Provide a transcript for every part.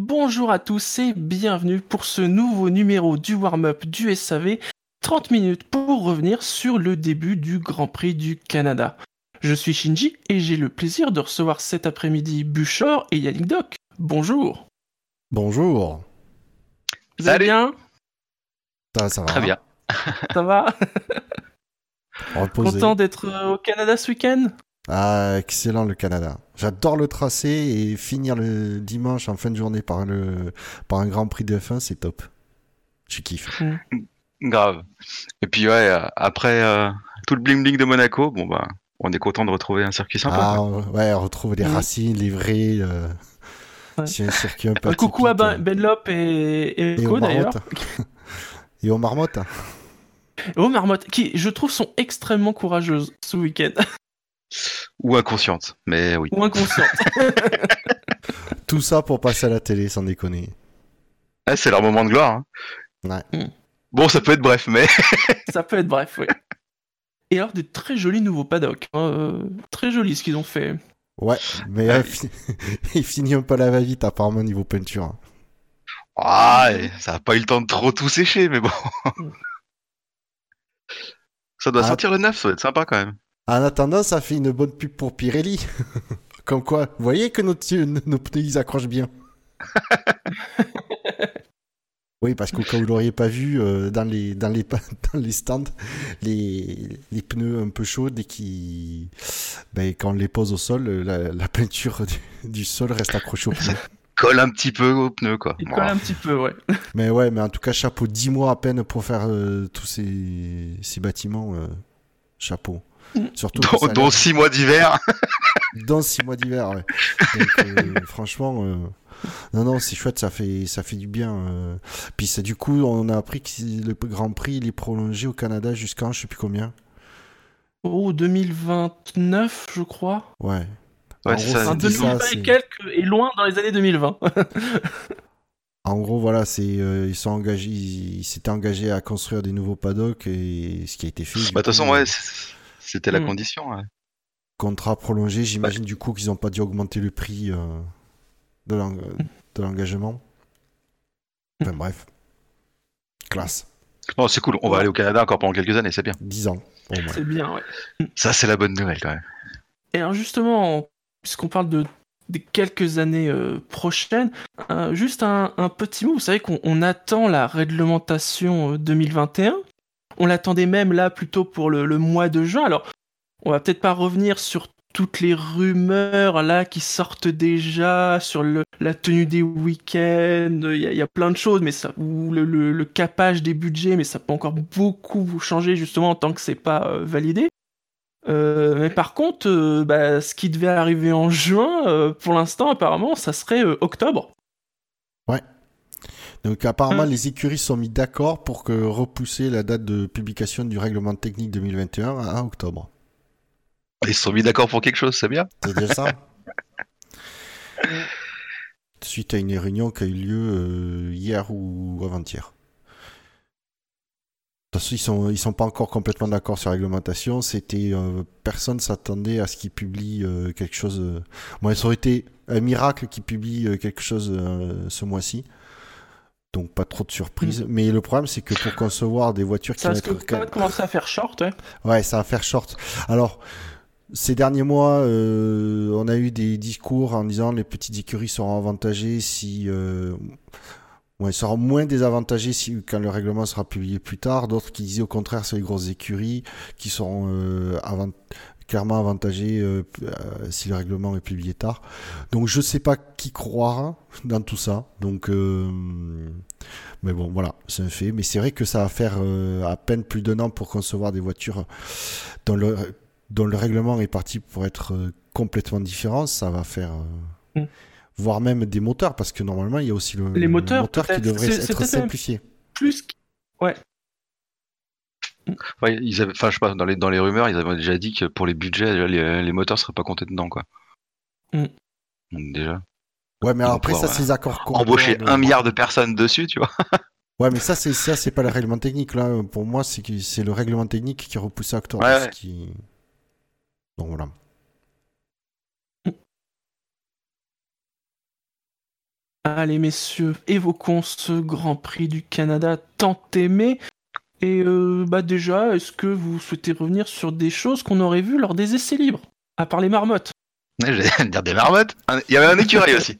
Bonjour à tous et bienvenue pour ce nouveau numéro du warm-up du SAV, 30 minutes pour revenir sur le début du Grand Prix du Canada. Je suis Shinji et j'ai le plaisir de recevoir cet après-midi Buchor et Yannick Doc. Bonjour. Bonjour. Vous allez bien ? Ça va. Très bien. Ça va ? Reposé. Content d'être au Canada ce week-end ? Ah, excellent le Canada. J'adore le tracé et finir le dimanche en fin de journée par un Grand Prix de F1, c'est top. Je kiffe. Grave. Et puis après tout le bling bling de Monaco, on est content de retrouver un circuit sympa. Ah ouais, on retrouve les racines, les vrais. Ouais. C'est un circuit un peu Un coucou à atypique. Benlop et Et Co aux d'ailleurs. marmottes. Et aux marmottes. Et aux marmottes, qui je trouve sont extrêmement courageuses ce week-end. Ou inconsciente, mais oui. Ou inconscientes. Tout ça pour passer à la télé, sans déconner. Ah, c'est leur moment de gloire. Hein. Ouais. Bon, ça peut être bref, mais Ça peut être bref, oui. Et alors, des très jolis nouveaux paddocks. Très jolis ce qu'ils ont fait. Ouais, mais il finit un peu à la va-vite, apparemment, niveau peinture. ça a pas eu le temps de trop tout sécher, mais bon. Ça doit sentir le neuf, ça doit être sympa quand même. En attendant, ça fait une bonne pub pour Pirelli. Comme quoi, vous voyez que nos pneus, ils accrochent bien. Oui, parce qu'au cas où vous l'auriez pas vu, dans les stands, les pneus un peu chauds, quand on les pose au sol, la peinture du sol reste accrochée au pneu. Colle un petit peu au pneu, quoi. Ils collent un petit peu, ouais. Mais en tout cas, chapeau, 10 mois à peine pour faire tous ces bâtiments. Chapeau. Surtout Dont 6 mois d'hiver. Dans 6 mois d'hiver, ouais. Donc, franchement, non, c'est chouette, ça fait du bien. Puis du coup, on a appris que le Grand Prix, il est prolongé au Canada jusqu'en je sais plus combien. Oh, 2029, je crois. Ouais. Ouais, En c'est gros, ça. Enfin, c'était 2020 ça, et quelques, et loin dans les années 2020. En gros, voilà, ils sont engagés, ils s'étaient engagés à construire des nouveaux paddocks et ce qui a été fait. De toute façon, ouais, c'était la condition. Ouais. Contrat prolongé, j'imagine du coup qu'ils n'ont pas dû augmenter le prix de l'engagement. Enfin bref. Classe. Non, c'est cool. On va aller au Canada encore pendant quelques années, c'est bien. 10 ans. Au moins. C'est bien, ouais. Ça, c'est la bonne nouvelle quand même. Et alors justement, puisqu'on parle des quelques années prochaines, juste un petit mot. Vous savez qu'on attend la réglementation 2021. On l'attendait même là plutôt pour le mois de juin. Alors, on va peut-être pas revenir sur toutes les rumeurs là qui sortent déjà sur la tenue des week-ends. Il y a plein de choses, mais ou le capage des budgets, mais ça peut encore beaucoup changer justement tant que c'est pas validé. Mais par contre, ce qui devait arriver en juin, pour l'instant, apparemment, ça serait octobre. Ouais. Donc apparemment, les écuries sont mis d'accord pour repousser la date de publication du règlement technique 2021 à octobre. Ils se sont mis d'accord pour quelque chose, c'est bien. C'est déjà ça. Suite à une réunion qui a eu lieu hier ou avant-hier. De toute façon, ils sont pas encore complètement d'accord sur la réglementation. Personne s'attendait à ce qu'ils publient quelque chose. Ça aurait été un miracle qu'ils publient quelque chose ce mois-ci. Donc pas trop de surprises. Mais le problème, c'est que pour concevoir des voitures ça va commencer à faire short, ouais. Ouais, ça va faire short. Alors, ces derniers mois, on a eu des discours en disant les petites écuries seront avantagées si... seront moins désavantagées quand le règlement sera publié plus tard. D'autres qui disaient au contraire c'est les grosses écuries qui seront clairement avantagées si le règlement est publié tard. Donc je sais pas qui croire dans tout ça. Donc, mais bon, voilà, c'est un fait. Mais c'est vrai que ça va faire à peine plus d'1 an pour concevoir des voitures dont le règlement est parti pour être complètement différent. Ça va faire... voire même des moteurs, parce que normalement, il y a aussi les moteurs, moteur qui devrait être simplifié. Ouais. Ouais, je sais pas, dans les rumeurs, ils avaient déjà dit que pour les budgets, déjà, les moteurs seraient pas comptés dedans, quoi. Donc déjà. Ouais, mais alors après, ça, c'est les accords embaucher 1 milliard de personnes dessus, tu vois. Ouais, mais ça, c'est pas le règlement technique, là. Pour moi, c'est le règlement technique qui est repoussé à octobre. Ouais. Donc voilà. Allez, messieurs, évoquons ce Grand Prix du Canada tant aimé. Et déjà, est-ce que vous souhaitez revenir sur des choses qu'on aurait vues lors des essais libres, à part les marmottes? J'allais dire des marmottes. Il y avait un écureuil aussi.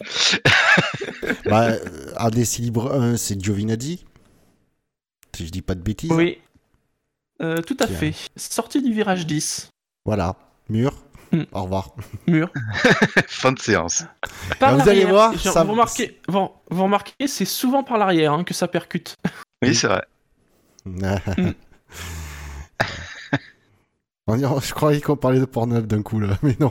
Un essai libre 1, c'est Giovinazzi. Si je dis pas de bêtises. Oui, tout à fait. Sortie du virage 10. Voilà, mur. Au revoir. Mur. Fin de séance. Par vous allez voir, ça... vous remarquez, c'est souvent par l'arrière que ça percute. Oui, c'est vrai. Je croyais qu'on parlait de Pornhub d'un coup là, mais non.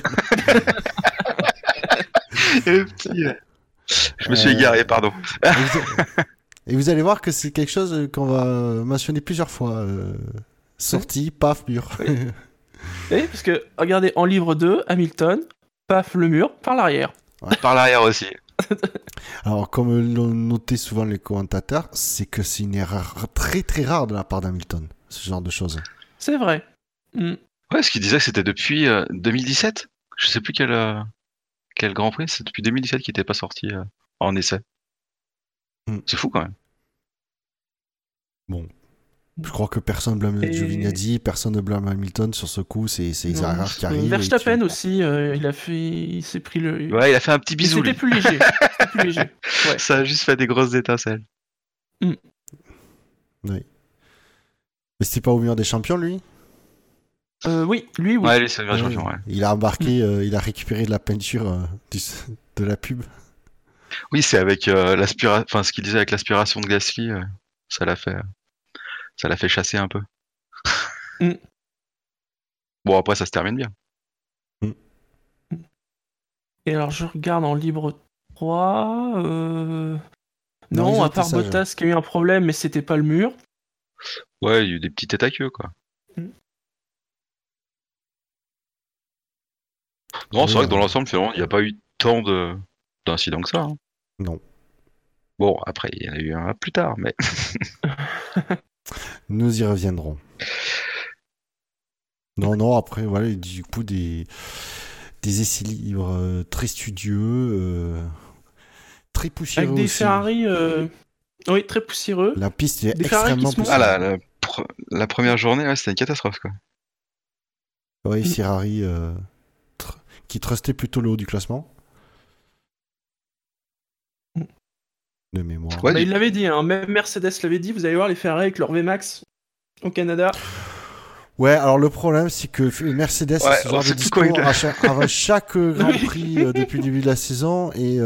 Et le petit, je me suis égaré, pardon. Et vous allez voir que c'est quelque chose qu'on va mentionner plusieurs fois. Sortie, paf, mur. Oui, parce que, regardez, en livre 2, Hamilton, paf, le mur, par l'arrière. Ouais. Par l'arrière aussi. Alors, comme l'ont noté souvent les commentateurs, c'est que c'est une erreur très très rare de la part d'Hamilton, ce genre de choses. C'est vrai. Ouais, ce qu'il disait que c'était depuis 2017. Je sais plus quel Grand Prix, c'est depuis 2017 qu'il n'était pas sorti en essai. C'est fou quand même. Bon. Je crois que personne blâme Giovinazzi, personne ne blâme Hamilton sur ce coup, c'est les erreurs qui arrivent. Verstappen aussi, il s'est pris le... Ouais, il a fait un petit bisou. C'était plus léger. Ouais. Ça a juste fait des grosses étincelles. Oui. Mais c'était pas au meilleur des champions, lui? Oui, lui, oui. Ouais, lui, c'est le meilleur champion, ouais. Il a embarqué, il a récupéré de la peinture de la pub. Oui, c'est avec l'aspiration, enfin, ce qu'il disait avec l'aspiration de Gasly, ça l'a fait chasser un peu. Bon, après, ça se termine bien. Et alors, je regarde en libre 3. Non, à part Bottas qui a eu un problème, mais c'était pas le mur. Ouais, il y a eu des petits têtes à queue, quoi. Non, c'est vrai que dans l'ensemble, finalement, il n'y a pas eu tant d'incidents que ça. Hein. Non. Bon, après, il y en a eu un plus tard, mais... Nous y reviendrons. Non, après, voilà, du coup, des essais libres très studieux, très poussiéreux. Avec des aussi. Ferrari, oui, très poussiéreux. La piste est extrêmement poussiéreuse. Ah, la première journée, ouais, c'était une catastrophe, quoi. Oui, Ferrari qui trustait plutôt le haut du classement. De mémoire. Ouais, il l'avait dit, hein, même Mercedes l'avait dit, vous allez voir les Ferrari avec leur VMAX au Canada. Ouais, alors le problème, c'est que Mercedes a ce genre de discours avant chaque Grand Prix depuis le début de la saison. Et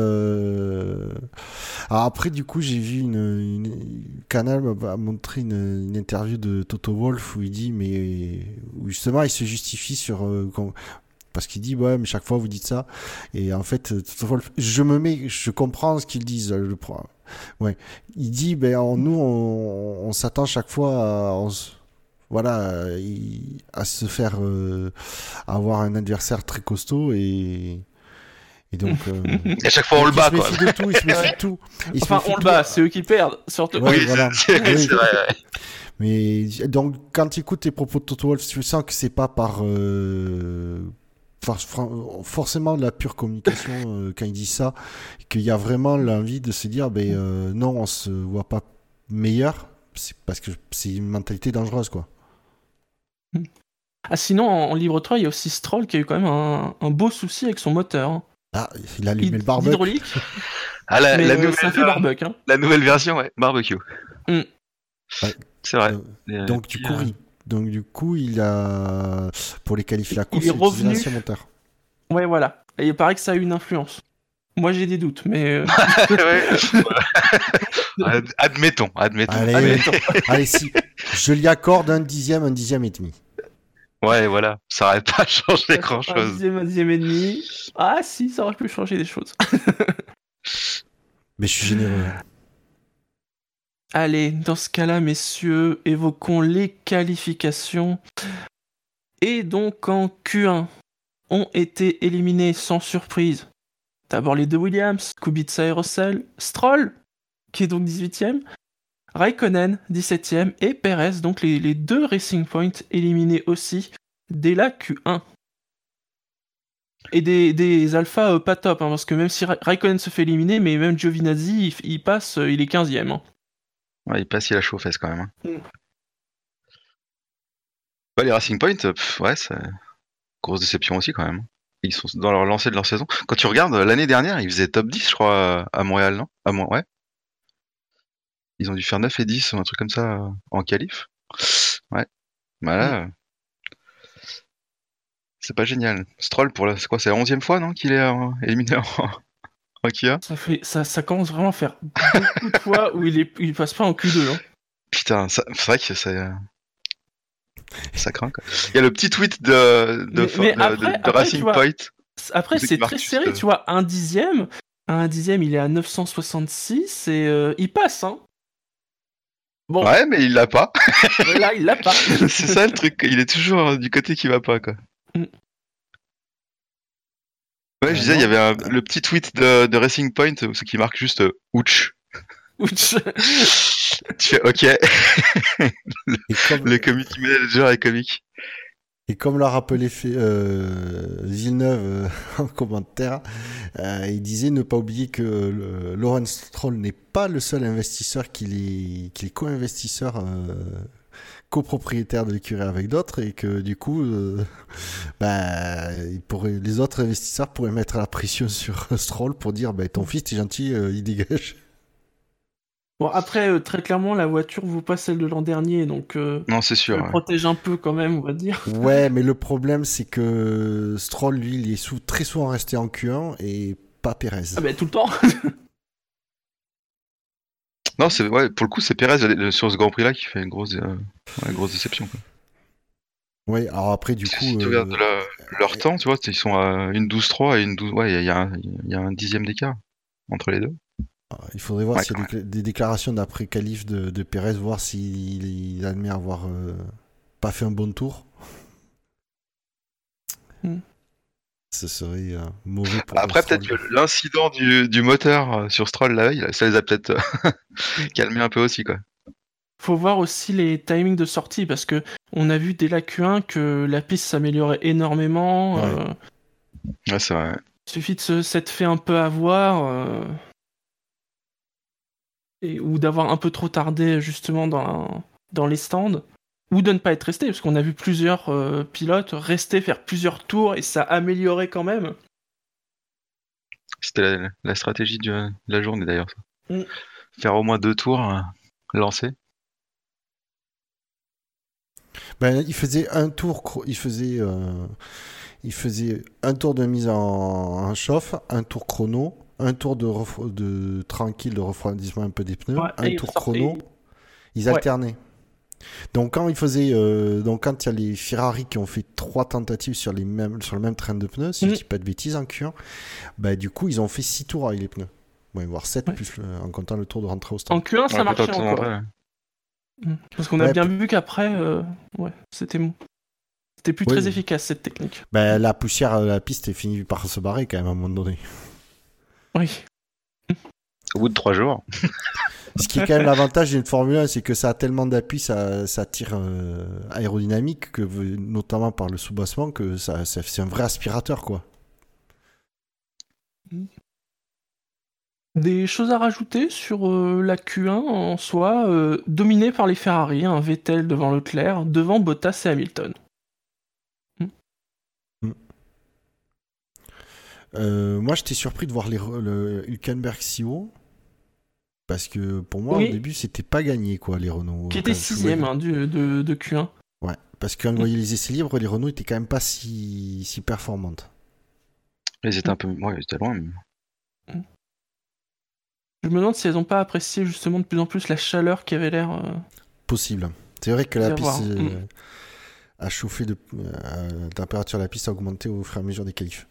alors après, du coup, j'ai vu Canal m'a montré une interview de Toto Wolff où il dit, où justement, il se justifie sur... parce qu'il dit, ouais, mais chaque fois vous dites ça. Et en fait, Toto Wolff, je comprends ce qu'ils disent. Ouais. Il dit, nous, on s'attend chaque fois à se faire avoir un adversaire très costaud et donc à chaque fois on le bat, quoi. Il se méfie de tout, il se méfie de tout. On le bat, c'est eux qui perdent, surtout. Ouais, oui, voilà. c'est vrai. Ouais. Mais donc quand tu écoutes les propos de Toto Wolff, tu sens que c'est pas par forcément de la pure communication quand il dit ça, qu'il y a vraiment l'envie de se dire non, on se voit pas meilleur, c'est parce que c'est une mentalité dangereuse, quoi. Ah, sinon, en livre 3, il y a aussi Stroll qui a eu quand même un beau souci avec son moteur. Hein. Ah, il a allumé le barbecue. L'hydraulique. Ah, la nouvelle, ça fait barbecue. Hein. La nouvelle version, ouais, barbecue. Ouais. C'est vrai. Donc, du coup, il a, pour les qualifier la course, il est revenu. Son moteur. Ouais, voilà. Et il paraît que ça a eu une influence. Moi, j'ai des doutes, mais... Admettons. Allez, si. Je lui accorde un dixième et demi. Ouais, voilà. Ça aurait pas changé grand-chose. Un dixième et demi. Ah, si, ça aurait pu changer des choses. Mais je suis généreux. Allez, dans ce cas-là, messieurs, évoquons les qualifications. Et donc, en Q1, ont été éliminés sans surprise. D'abord les deux Williams, Kubica et Russell, Stroll, qui est donc 18ème, Raikkonen, 17ème, et Perez, donc les deux Racing Point éliminés aussi dès la Q1. et des alphas pas top, hein, parce que même si Raikkonen se fait éliminer, mais même Giovinazzi, il passe, il est 15e. Hein. Ouais, il passe, il a chaud aux fesses quand même. Hein. Mm. Ouais, les Racing Point, ouais, c'est grosse déception aussi quand même. Ils sont dans leur lancée de leur saison. Quand tu regardes, l'année dernière, ils faisaient top 10, je crois, à Montréal, non? Ouais. Ils ont dû faire 9 et 10 ou un truc comme ça en qualif. Ouais. Bah là, c'est pas génial. Stroll, c'est quoi? C'est la 11e fois, non? Qu'il est éliminé en Kia? Ça commence vraiment à faire beaucoup de fois où il passe pas en Q2. Hein. Putain, c'est vrai que ça craint, quoi. Il y a le petit tweet de Racing Point. Après, c'est très serré, tu vois. Un dixième, il est à 966 et il passe, hein. Bon. Ouais, mais il l'a pas. Là, il l'a pas. C'est ça le truc. Il est toujours du côté qui va pas, quoi. Ouais, je disais, il y avait le petit tweet de Racing Point, ce qui marque juste ouch. Ouch. Tu fais OK. Le community manager est comique. Et comme l'a rappelé Villeneuve en commentaire, il disait ne pas oublier que Lawrence Stroll n'est pas le seul investisseur qu'il est co-investisseur copropriétaire de l'écurie avec d'autres et que du coup les autres investisseurs pourraient mettre la pression sur Stroll pour dire ton fils t'es gentil, il dégage. Bon, après, très clairement, la voiture vaut pas celle de l'an dernier, donc non, c'est sûr, ça le protège un peu quand même, on va dire. Ouais, mais le problème, c'est que Stroll, lui, il est très souvent resté en Q1 et pas Pérez. Ah ben, tout le temps. Non, pour le coup, c'est Pérez sur ce Grand Prix-là qui fait une grosse déception. Quoi. Oui, alors après, du coup... Si tu regardes leur temps, tu vois, ils sont à une 12-3 et une 12... Ouais, il y a un dixième d'écart entre les deux. Il faudrait voir s'il y a des déclarations d'après-qualif de Pérez, voir s'il admet avoir pas fait un bon tour. Ce serait mauvais pour après, peut-être que l'incident du moteur sur Stroll la veille, ça les a peut-être calmés un peu aussi, quoi. Faut voir aussi les timings de sortie, parce que on a vu dès la Q1 que la piste s'améliorait énormément. Ouais, c'est vrai. Il suffit de s'être fait un peu avoir... ou d'avoir un peu trop tardé justement dans les stands, ou de ne pas être resté, parce qu'on a vu plusieurs pilotes rester, faire plusieurs tours, et ça améliorait quand même. C'était la stratégie de la journée d'ailleurs. Ça. Faire au moins 2 tours, lancer. Il faisait un tour, il faisait un tour de mise en chauffe, un tour chrono, un tour de tranquille de refroidissement un peu des pneus, un tour chrono. Ils alternaient. Donc quand quand il y a les Ferrari qui ont fait 3 tentatives sur le même train de pneus, si je dis pas de bêtises en Q1, du coup ils ont fait 6 tours avec les pneus. Ouais, voire 7 plus en comptant le tour de rentrée au stand. En Q1 ça marchait encore. Parce qu'on a bien vu qu'après c'était plus très efficace cette technique. La poussière de la piste est finie par se barrer quand même à un moment donné. Oui. Au bout de 3 jours. Ce qui est quand même l'avantage d'une Formule 1, c'est que ça a tellement d'appui, ça tire aérodynamique, que, notamment par le soubassement, que c'est un vrai aspirateur, quoi. Des choses à rajouter sur la Q1 en soi, dominée par les Ferrari, Vettel devant Leclerc, devant Bottas et Hamilton. Moi, j'étais surpris de voir le Hülkenberg si haut. Parce que pour moi, au début, c'était pas gagné, quoi, les Renault. Qui était 6ème de Q1. Ouais, parce que quand on voyait les essais libres, les Renault étaient quand même pas si performantes. Ils étaient un peu... Ouais, ils étaient loin, même. Je me demande si elles n'ont pas apprécié justement de plus en plus la chaleur qui avait l'air... Possible. C'est vrai que la piste a chauffé, la température de la piste a augmenté au fur et à mesure des qualifs.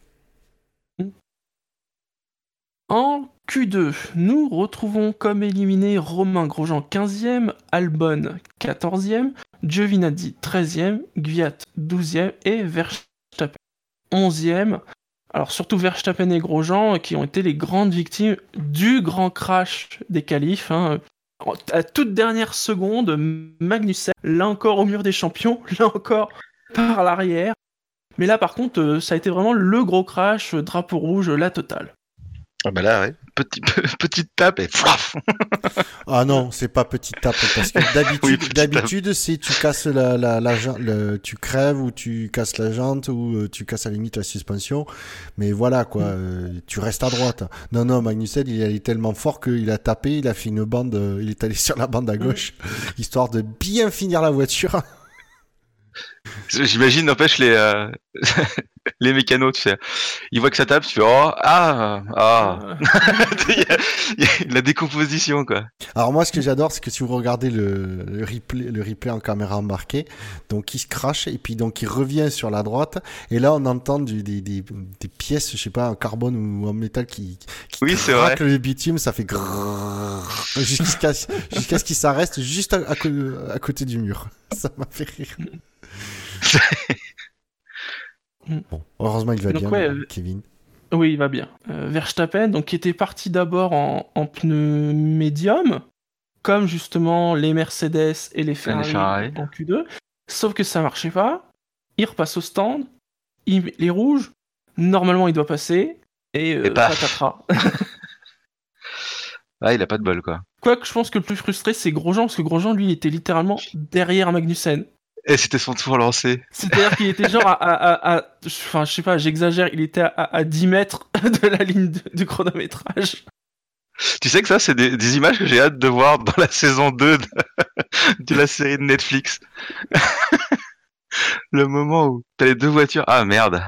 En Q2, nous retrouvons comme éliminé Romain Grosjean 15e, Albon 14e, Giovinazzi 13e, Kvyat 12e et Verstappen 11e. Alors surtout Verstappen et Grosjean qui ont été les grandes victimes du grand crash des qualifs. À toute dernière seconde, Magnussen, là encore au mur des champions, là encore par l'arrière. Mais là, par contre, ça a été vraiment le gros crash, drapeau rouge, la totale. Ah bah là, ouais. Petite tape et flaf. Ah non, c'est pas petite tape parce que d'habitude, c'est tu casses tu crèves ou tu casses la jante ou tu casses à la limite la suspension. Mais voilà quoi, tu restes à droite. Non, Magnussen, il est tellement fort qu'il a tapé, il a fait une bande, il est allé sur la bande à gauche, histoire de bien finir la voiture. J'imagine, n'empêche, les mécanos, tu sais. Ils voient que ça tape, tu fais il y a la décomposition, quoi. Alors moi, ce que j'adore, c'est que si vous regardez le replay en caméra embarquée, donc il se crache et puis donc il revient sur la droite et là on entend des pièces, je sais pas, en carbone ou en métal qui oui, c'est vrai. le bitume, ça fait grrrr, jusqu'à ce qu'il s'arrête juste à côté du mur. Ça m'a fait rire. Bon, heureusement il va donc, bien, Kevin. Oui, il va bien. Verstappen, donc, qui était parti d'abord en pneu médium, comme justement les Mercedes et les Ferrari en Q2, sauf que ça marchait pas. Il repasse au stand, il est rouge, normalement il doit passer, et patatras. Ah, il a pas de bol, quoi. Quoique je pense que le plus frustré, c'est Grosjean, parce que Grosjean, lui, il était littéralement derrière Magnussen. Et c'était son tour lancé. C'est-à-dire qu'il était genre enfin, je sais pas, j'exagère, il était à 10 mètres de la ligne de chronométrage. Tu sais que ça, c'est des images que j'ai hâte de voir dans la saison 2 de la série de Netflix. Le moment où t'as les deux voitures. Ah, merde.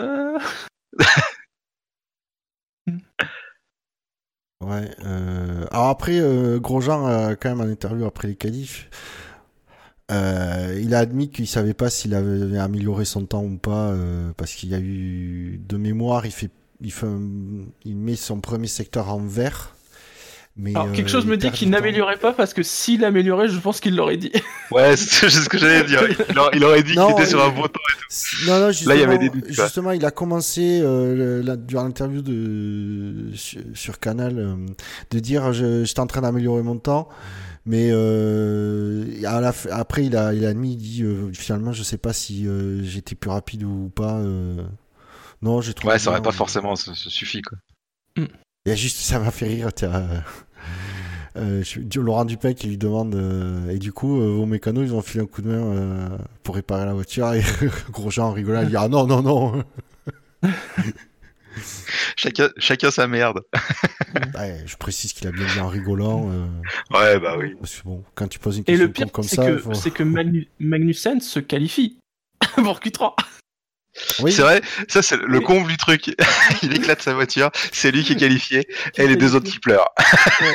Ouais. Alors après, Grosjean a quand même en interview après les qualifs. Il a admis qu'il savait pas s'il avait amélioré son temps ou pas, parce qu'il y a eu de mémoire, il met son premier secteur en vert. Mais alors quelque chose me dit qu'il n'améliorait pas parce que s'il améliorait, je pense qu'il l'aurait dit. Ouais, c'est ce que j'allais dire. Il aurait dit qu'il était sur un beau temps et tout. Non, justement, là, il y avait des doutes. Justement, il a commencé durant l'interview sur Canal de dire j'étais en train d'améliorer mon temps. Mais après, il a admis, il dit finalement, je sais pas si j'étais plus rapide ou pas. Non, j'ai trouvé. Ouais, ça aurait pas forcément, ça suffit, quoi. Il y a juste, ça m'a fait rire. Laurent Dupin qui lui demande et du coup, vos mécanos, ils ont filé un coup de main pour réparer la voiture. Et Grosjean en rigolant, il dit ah non. Chacun sa merde. Ouais, je précise qu'il a bien dit en rigolant. Ouais, bah oui. Parce que bon, quand tu poses une question comme ça, c'est que Magnussen se qualifie pour Q3. Oui. C'est vrai, ça c'est le comble du truc. Il éclate sa voiture, c'est lui qui est qualifié, et les deux autres qui pleurent. Ouais.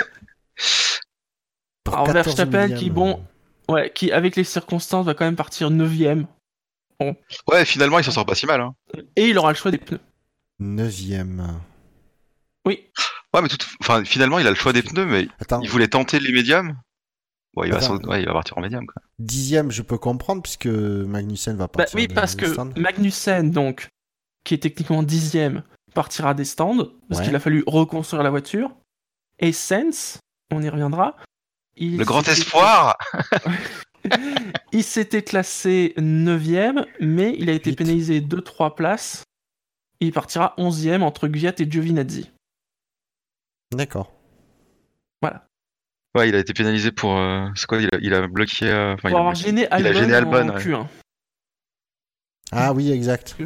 Alors Verstappen qui avec les circonstances va quand même partir 9ème. Bon. Ouais, finalement il s'en sort pas si mal. Hein. Et il aura le choix des pneus. 9ème. Oui. Ouais, mais finalement il a le choix des pneus, mais il voulait tenter les médiums. Bon, il va partir en médium, quoi. 10ème, je peux comprendre, puisque Magnussen va partir. Oui, parce que Magnussen, donc, qui est techniquement 10ème, partira des stands, parce qu'il a fallu reconstruire la voiture. Et Sainz, on y reviendra. Le grand espoir. Il s'était classé 9ème, mais il a été pénalisé 2-3 places. Il partira 11ème entre Gviat et Giovinazzi. D'accord. Voilà. Ouais, il a été pénalisé pour. C'est quoi il a bloqué. Pour avoir gêné Albon en Q1. Ah oui, exact.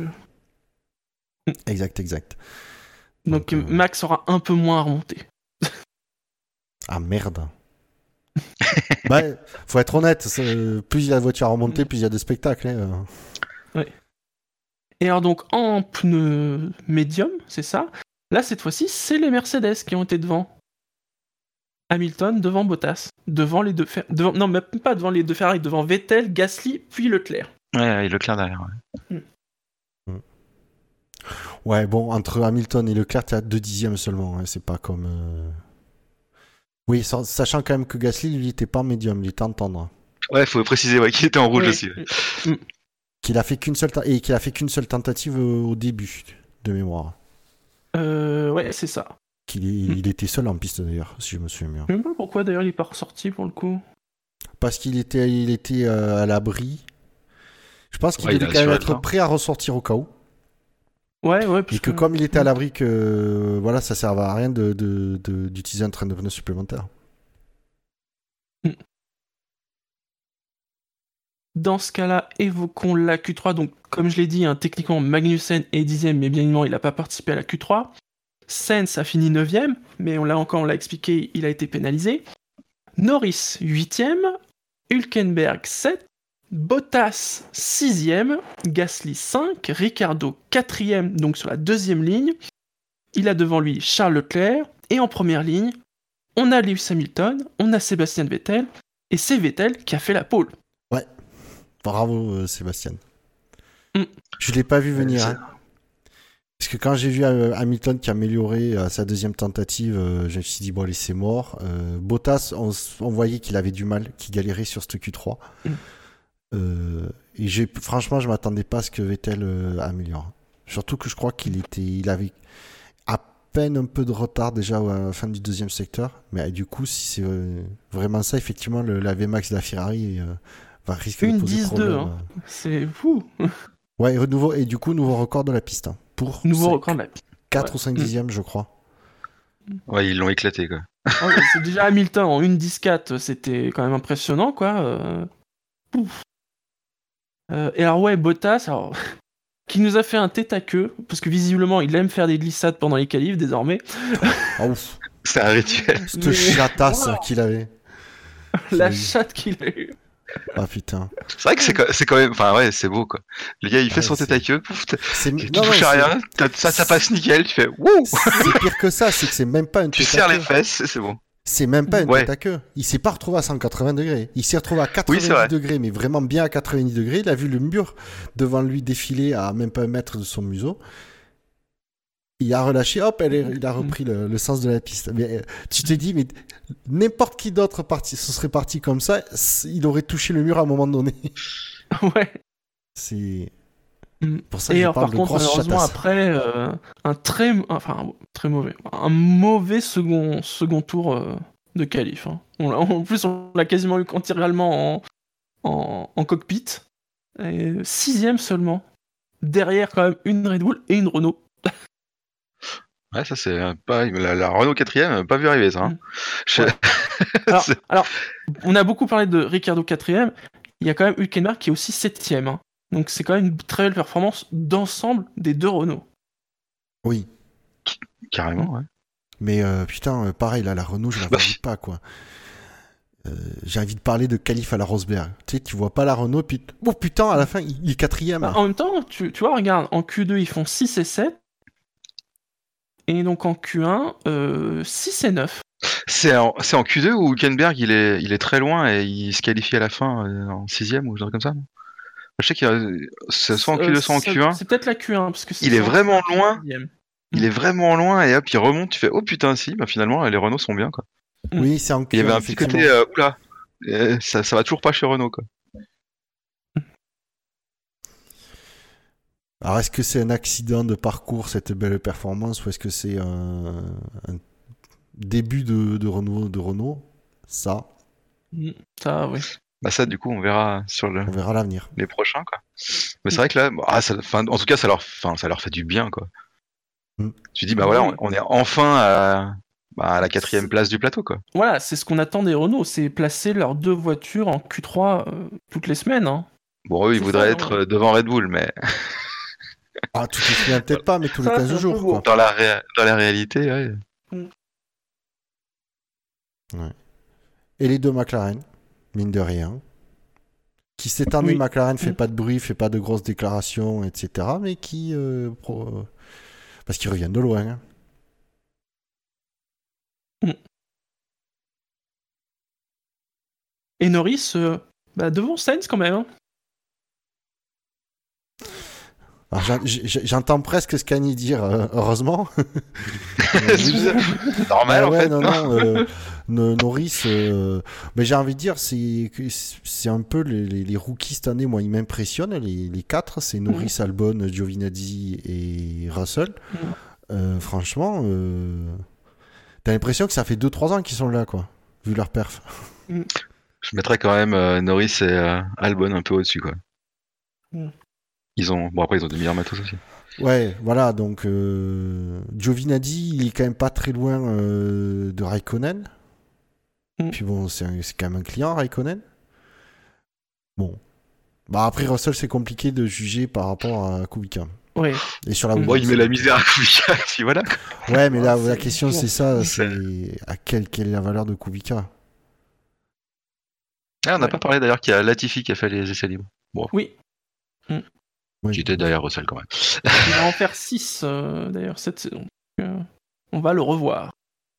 Exact. Donc Max aura un peu moins à remonter. Ah merde. Bah, faut être honnête, plus il y a de voitures à remonter, plus il y a de spectacles. Hein. Oui. Et alors donc en pneu médium, c'est ça. Là cette fois-ci, c'est les Mercedes qui ont été devant. Hamilton devant Bottas, devant les deux non, même pas devant les deux Ferrari, devant Vettel, Gasly, puis Leclerc. Ouais, et Leclerc derrière. Ouais. Ouais, bon, entre Hamilton et Leclerc, tu as 2 dixièmes seulement. Hein, c'est pas comme. Oui, sachant quand même que Gasly, lui, il était pas en médium, il était en tendre. Ouais, faut préciser qu'il était en rouge aussi. Ouais. Qu'il a fait qu'une seule tentative au début de mémoire. Ouais, c'est ça. Il était seul en piste d'ailleurs, si je me souviens bien. Je sais même pas pourquoi d'ailleurs il est pas ressorti pour le coup. Parce qu'il était à l'abri Je pense qu'il Ouais, il devait a quand même assuré le être temps. prêt à ressortir au cas où. Ouais, Et parce que comme il était à l'abri que voilà, ça servait à rien d'utiliser un train de pneus supplémentaire. Dans ce cas-là, évoquons la Q3. Donc, comme je l'ai dit, techniquement, Magnussen est 10e, mais bien évidemment, il n'a pas participé à la Q3. Sainz a fini 9e, mais on l'a expliqué, il a été pénalisé. Norris, 8e. Hülkenberg, 7. Bottas, 6e. Gasly, 5. Ricciardo, 4e, donc sur la deuxième ligne. Il a devant lui Charles Leclerc. Et en première ligne, on a Lewis Hamilton, on a Sébastien Vettel. Et c'est Vettel qui a fait la pole. Bravo Sébastien. Mm. Je l'ai pas vu venir. Hein. Parce que quand j'ai vu Hamilton qui a amélioré sa deuxième tentative, je me suis dit bon allez c'est mort. Bottas, on voyait qu'il avait du mal, qu'il galérait sur ce Q3. Et franchement je m'attendais pas à ce que Vettel améliore. Surtout que je crois il avait à peine un peu de retard déjà à la fin du deuxième secteur. Mais du coup si c'est vraiment ça, effectivement la VMAX de la Ferrari va risquer de poser 10-2, problème. hein. C'est fou. Ouais, et du coup, nouveau record de la piste. Hein, pour Nouveau record de la piste. 4 ou 5 dixièmes, je crois. Ouais, ils l'ont éclaté, quoi. Ouais, c'est déjà Hamilton en 1.14, c'était quand même impressionnant, quoi. Et alors, ouais, Bottas, qui nous a fait un tête à queue, parce que visiblement, il aime faire des glissades pendant les qualifs, désormais. Ah ouf. C'est un rituel. Cette chatasse qu'il avait. La chatte qu'il a eue. Ah putain. C'est vrai que c'est quand même... Enfin, ouais, c'est beau, quoi. Le gars, il fait son tête à queue, pouf, tu touches à rien, ça passe nickel, tu fais wouh. C'est pire que ça, c'est que c'est même pas une Tu tête à serres queue. les fesses, c'est bon. C'est même pas une tête à queue. Il s'est pas retrouvé à 180 degrés. Il s'est retrouvé à 90 degrés, mais vraiment bien à 90 degrés. Il a vu le mur devant lui défiler à même pas un mètre de son museau. Il a relâché, hop, il a repris le sens de la piste. Mais tu te dis, mais n'importe qui d'autre ce serait parti comme ça, il aurait touché le mur à un moment donné. Ouais. C'est pour ça que et je alors, parle par de contre, grosse malheureusement, chatasse. après, un mauvais second tour de qualif. Hein. En plus, on l'a quasiment eu intégralement en cockpit. Et 6e seulement. Derrière, quand même, une Red Bull et une Renault. Ouais, ça c'est pas... La Renault 4ème, pas vu arriver ça. Hein. Ouais. alors, on a beaucoup parlé de Ricciardo 4ème. Il y a quand même Hülkenberg qui est aussi 7ème. Hein. Donc c'est quand même une très belle performance d'ensemble des deux Renault. Oui. Carrément, ouais. Mais putain, pareil, là, la Renault, je la vois pas, quoi. J'ai envie de parler de qualif à la Rosberg. Tu sais, tu vois pas la Renault, puis... Oh putain, à la fin, il est 4ème. En même temps, tu vois, regarde, en Q2, ils font 6 et 7. Et donc en Q1, 6 et 9. C'est en Q2 où Hülkenberg il est très loin et il se qualifie à la fin en 6ème ou genre comme ça. Je sais qu'il y a soit en Q2 soit en Q1. C'est peut-être la Q1 parce que il est vraiment loin. Il est vraiment loin et hop il remonte. Tu fais oh putain si. Bah finalement les Renault sont bien quoi. Oui c'est en Q1. Il y avait un petit côté oula ça va toujours pas chez Renault quoi. Alors, est-ce que c'est un accident de parcours, cette belle performance, ou est-ce que c'est un début de Renault Ça, oui. Bah ça, du coup, on verra on verra l'avenir. Les prochains, quoi. Mais c'est vrai que là, en tout cas, ça leur fait du bien, quoi. Tu dis, bah voilà, on est enfin à la 4ème place du plateau, quoi. Voilà, c'est ce qu'on attend des Renault, c'est placer leurs deux voitures en Q3 toutes les semaines. Hein. Bon, eux, ils voudraient être devant Red Bull, mais... Ah, toutes les semaines, peut-être pas, mais tous les 15 jours. Quoi. Dans la réalité, ouais. Ouais. Et les deux McLaren, mine de rien. Qui cette année, McLaren fait pas de bruit, fait pas de grosses déclarations, etc. Mais qui... parce qu'ils reviennent de loin. Hein. Et Norris, devant Sainz quand même. Hein. Alors, j'entends presque Scani dire heureusement. Normal en fait. Non, Norris, mais j'ai envie de dire c'est un peu les rookies cette année. Moi, ils m'impressionnent les quatre. C'est Norris, Albon, Giovinazzi et Russell. Franchement, t'as l'impression que ça fait 2-3 ans qu'ils sont là, quoi, vu leur perf. Je mettrais quand même Norris et Albon un peu au-dessus, quoi. Ils ont des meilleurs matos aussi. Ouais, voilà, donc Giovinazzi, il est quand même pas très loin de Raikkonen. Puis bon, c'est quand même un client, Raikkonen. Bon. Bah après, Russell, c'est compliqué de juger par rapport à Kubica. Ouais. Et sur la Il met la misère à Kubica, puis voilà. Ouais, mais là, la question, c'est ça, c'est quelle est la valeur de Kubica? On n'a pas parlé d'ailleurs qu'il y a Latifi qui a fait les essais libres. Bon. Oui. Qui était derrière Russell quand même. Il va en faire 6 d'ailleurs cette saison. On va le revoir.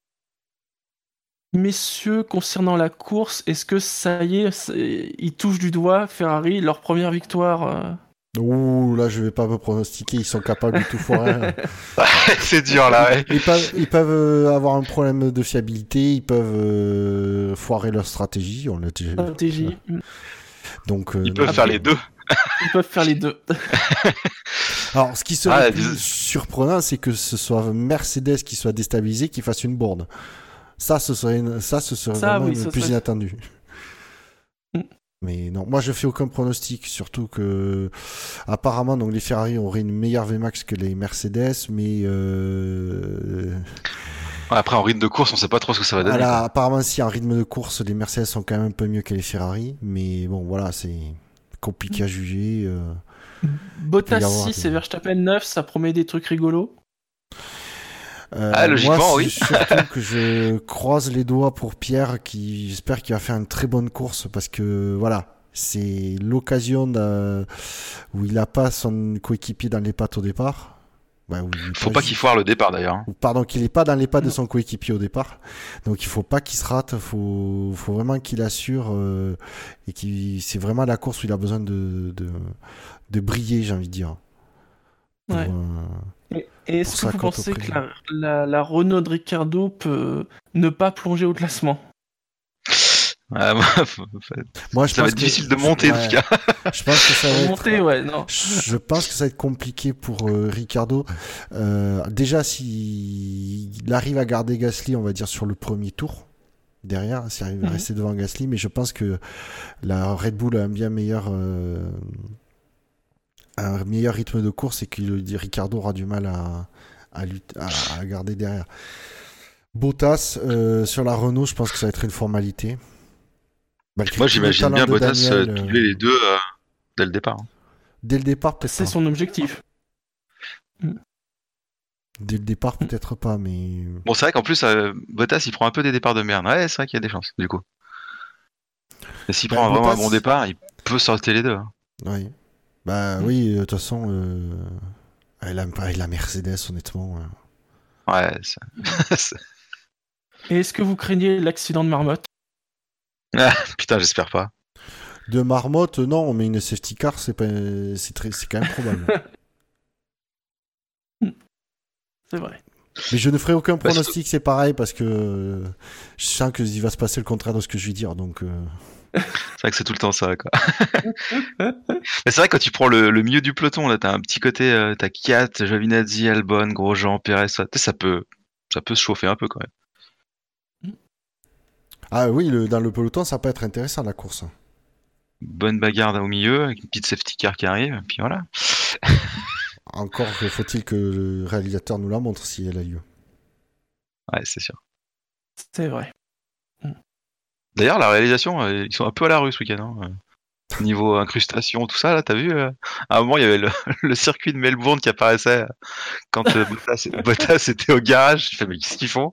Messieurs, concernant la course, est-ce que ça y est, ils touchent du doigt Ferrari, leur première victoire Ouh, là, je vais pas me pronostiquer, ils sont capables de tout foirer. C'est dur là, ouais. Ils peuvent avoir un problème de fiabilité, ils peuvent foirer leur stratégie. On l'a déjà stratégie. Donc, ils peuvent faire les deux. Ils peuvent faire les deux. Alors, ce qui serait plus surprenant, c'est que ce soit Mercedes qui soit déstabilisé, qui fasse une bourde. Ça, ce serait vraiment le plus inattendu. Mais non, moi je fais aucun pronostic, surtout que apparemment donc les Ferrari auraient une meilleure VMAX que les Mercedes, mais après en rythme de course, on sait pas trop ce que ça va donner. Voilà, apparemment si en rythme de course, les Mercedes sont quand même un peu mieux que les Ferrari, mais bon voilà, c'est compliqué à juger. Bottas 6 et Verstappen 9, ça promet des trucs rigolos. Logiquement, moi, oui. Surtout que je croise les doigts pour Pierre, qui j'espère qu'il va faire une très bonne course, parce que voilà, c'est l'occasion où il n'a pas son coéquipier dans les pattes au départ. Faut pas qu'il foire le départ d'ailleurs. Pardon, qu'il n'est pas dans les pattes de son coéquipier au départ. Donc il faut pas qu'il se rate, faut vraiment qu'il assure et c'est vraiment la course où il a besoin de briller, j'ai envie de dire. Ouais. Et est-ce que vous pensez que la Renault de Ricciardo peut ne pas plonger au classement? Moi, ça va être difficile de monter en tout cas. Je pense que ça va monter, non. Je pense que ça va être compliqué pour Ricciardo. Déjà, s'il arrive à garder Gasly, on va dire sur le premier tour, derrière, s'il arrive à rester devant Gasly, mais je pense que la Red Bull a un bien meilleur rythme de course et que Ricciardo aura du mal à garder derrière. Bottas sur la Renault, je pense que ça va être une formalité. Moi j'imagine bien Bottas doubler les deux dès le départ. Dès le départ, peut-être. C'est son objectif. Dès le départ, peut-être pas, mais. Bon, c'est vrai qu'en plus, Bottas il prend un peu des départs de merde. Ouais, c'est vrai qu'il y a des chances, du coup. Et s'il prend vraiment un bon départ, il peut sortir les deux. Oui. Oui, de toute façon, elle aime pas la Mercedes, honnêtement. Ouais, Et est-ce que vous craignez l'accident de Marmotte? Putain, j'espère pas. De Marmotte, non, mais une safety car, c'est quand même probable. C'est vrai. Mais je ne ferai aucun pronostic, c'est pareil, parce que je sens qu'il va se passer le contraire de ce que je vais dire, donc... C'est vrai que c'est tout le temps ça, quoi. Mais c'est vrai que quand tu prends le milieu du peloton, là, t'as un petit côté, t'as Kiat, Giovinazzi, Albon, Grosjean, Perez, ça peut se chauffer un peu quand même. Ah oui, dans le peloton, ça peut être intéressant la course. Bonne bagarre au milieu, avec une petite safety car qui arrive, et puis voilà. Encore faut-il que le réalisateur nous la montre si elle a lieu. Ouais, c'est sûr. C'est vrai. D'ailleurs, la réalisation, ils sont un peu à la rue ce week-end. Niveau incrustation, tout ça, là, t'as vu à un moment, il y avait le circuit de Melbourne qui apparaissait quand Bottas était au garage. Je fais, mais qu'est-ce qu'ils font?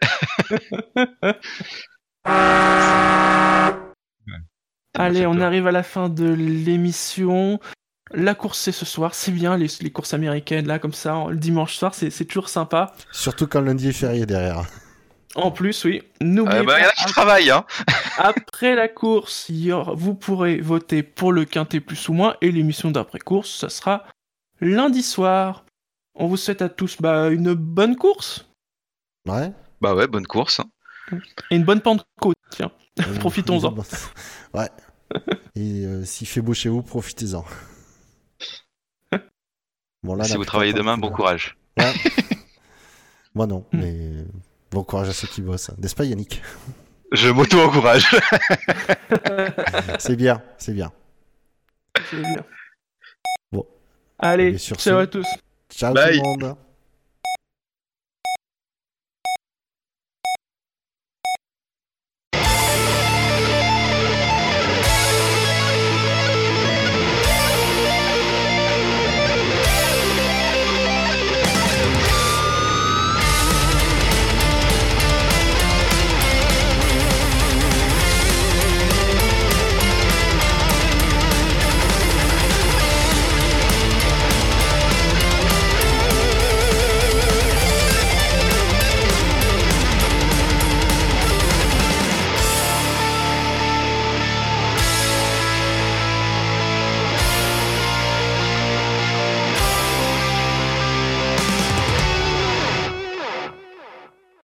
Allez, on arrive à la fin de l'émission. La course, c'est ce soir. C'est bien, les courses américaines, là, comme ça, le dimanche soir, c'est toujours sympa. Surtout quand lundi est férié derrière. En plus, oui. N'oubliez pas. Il y en a qui travaillent, hein. Après la course, vous pourrez voter pour le quintet plus ou moins, et l'émission d'après-course, ça sera lundi soir. On vous souhaite à tous une bonne course. Ouais. Bah ouais, bonne course. Et une bonne Pentecôte, tiens. Profitons-en. Ouais. Et s'il fait beau chez vous, profitez-en. Bon, là, si vous travaillez demain, bon courage. Ouais. Moi non, mais bon courage à ceux qui bossent. N'est-ce pas, Yannick? Je m'auto-encourage. C'est bien, c'est bien. C'est bien. Allez, sur ciao ce, à tous. ciao Bye. tout le monde.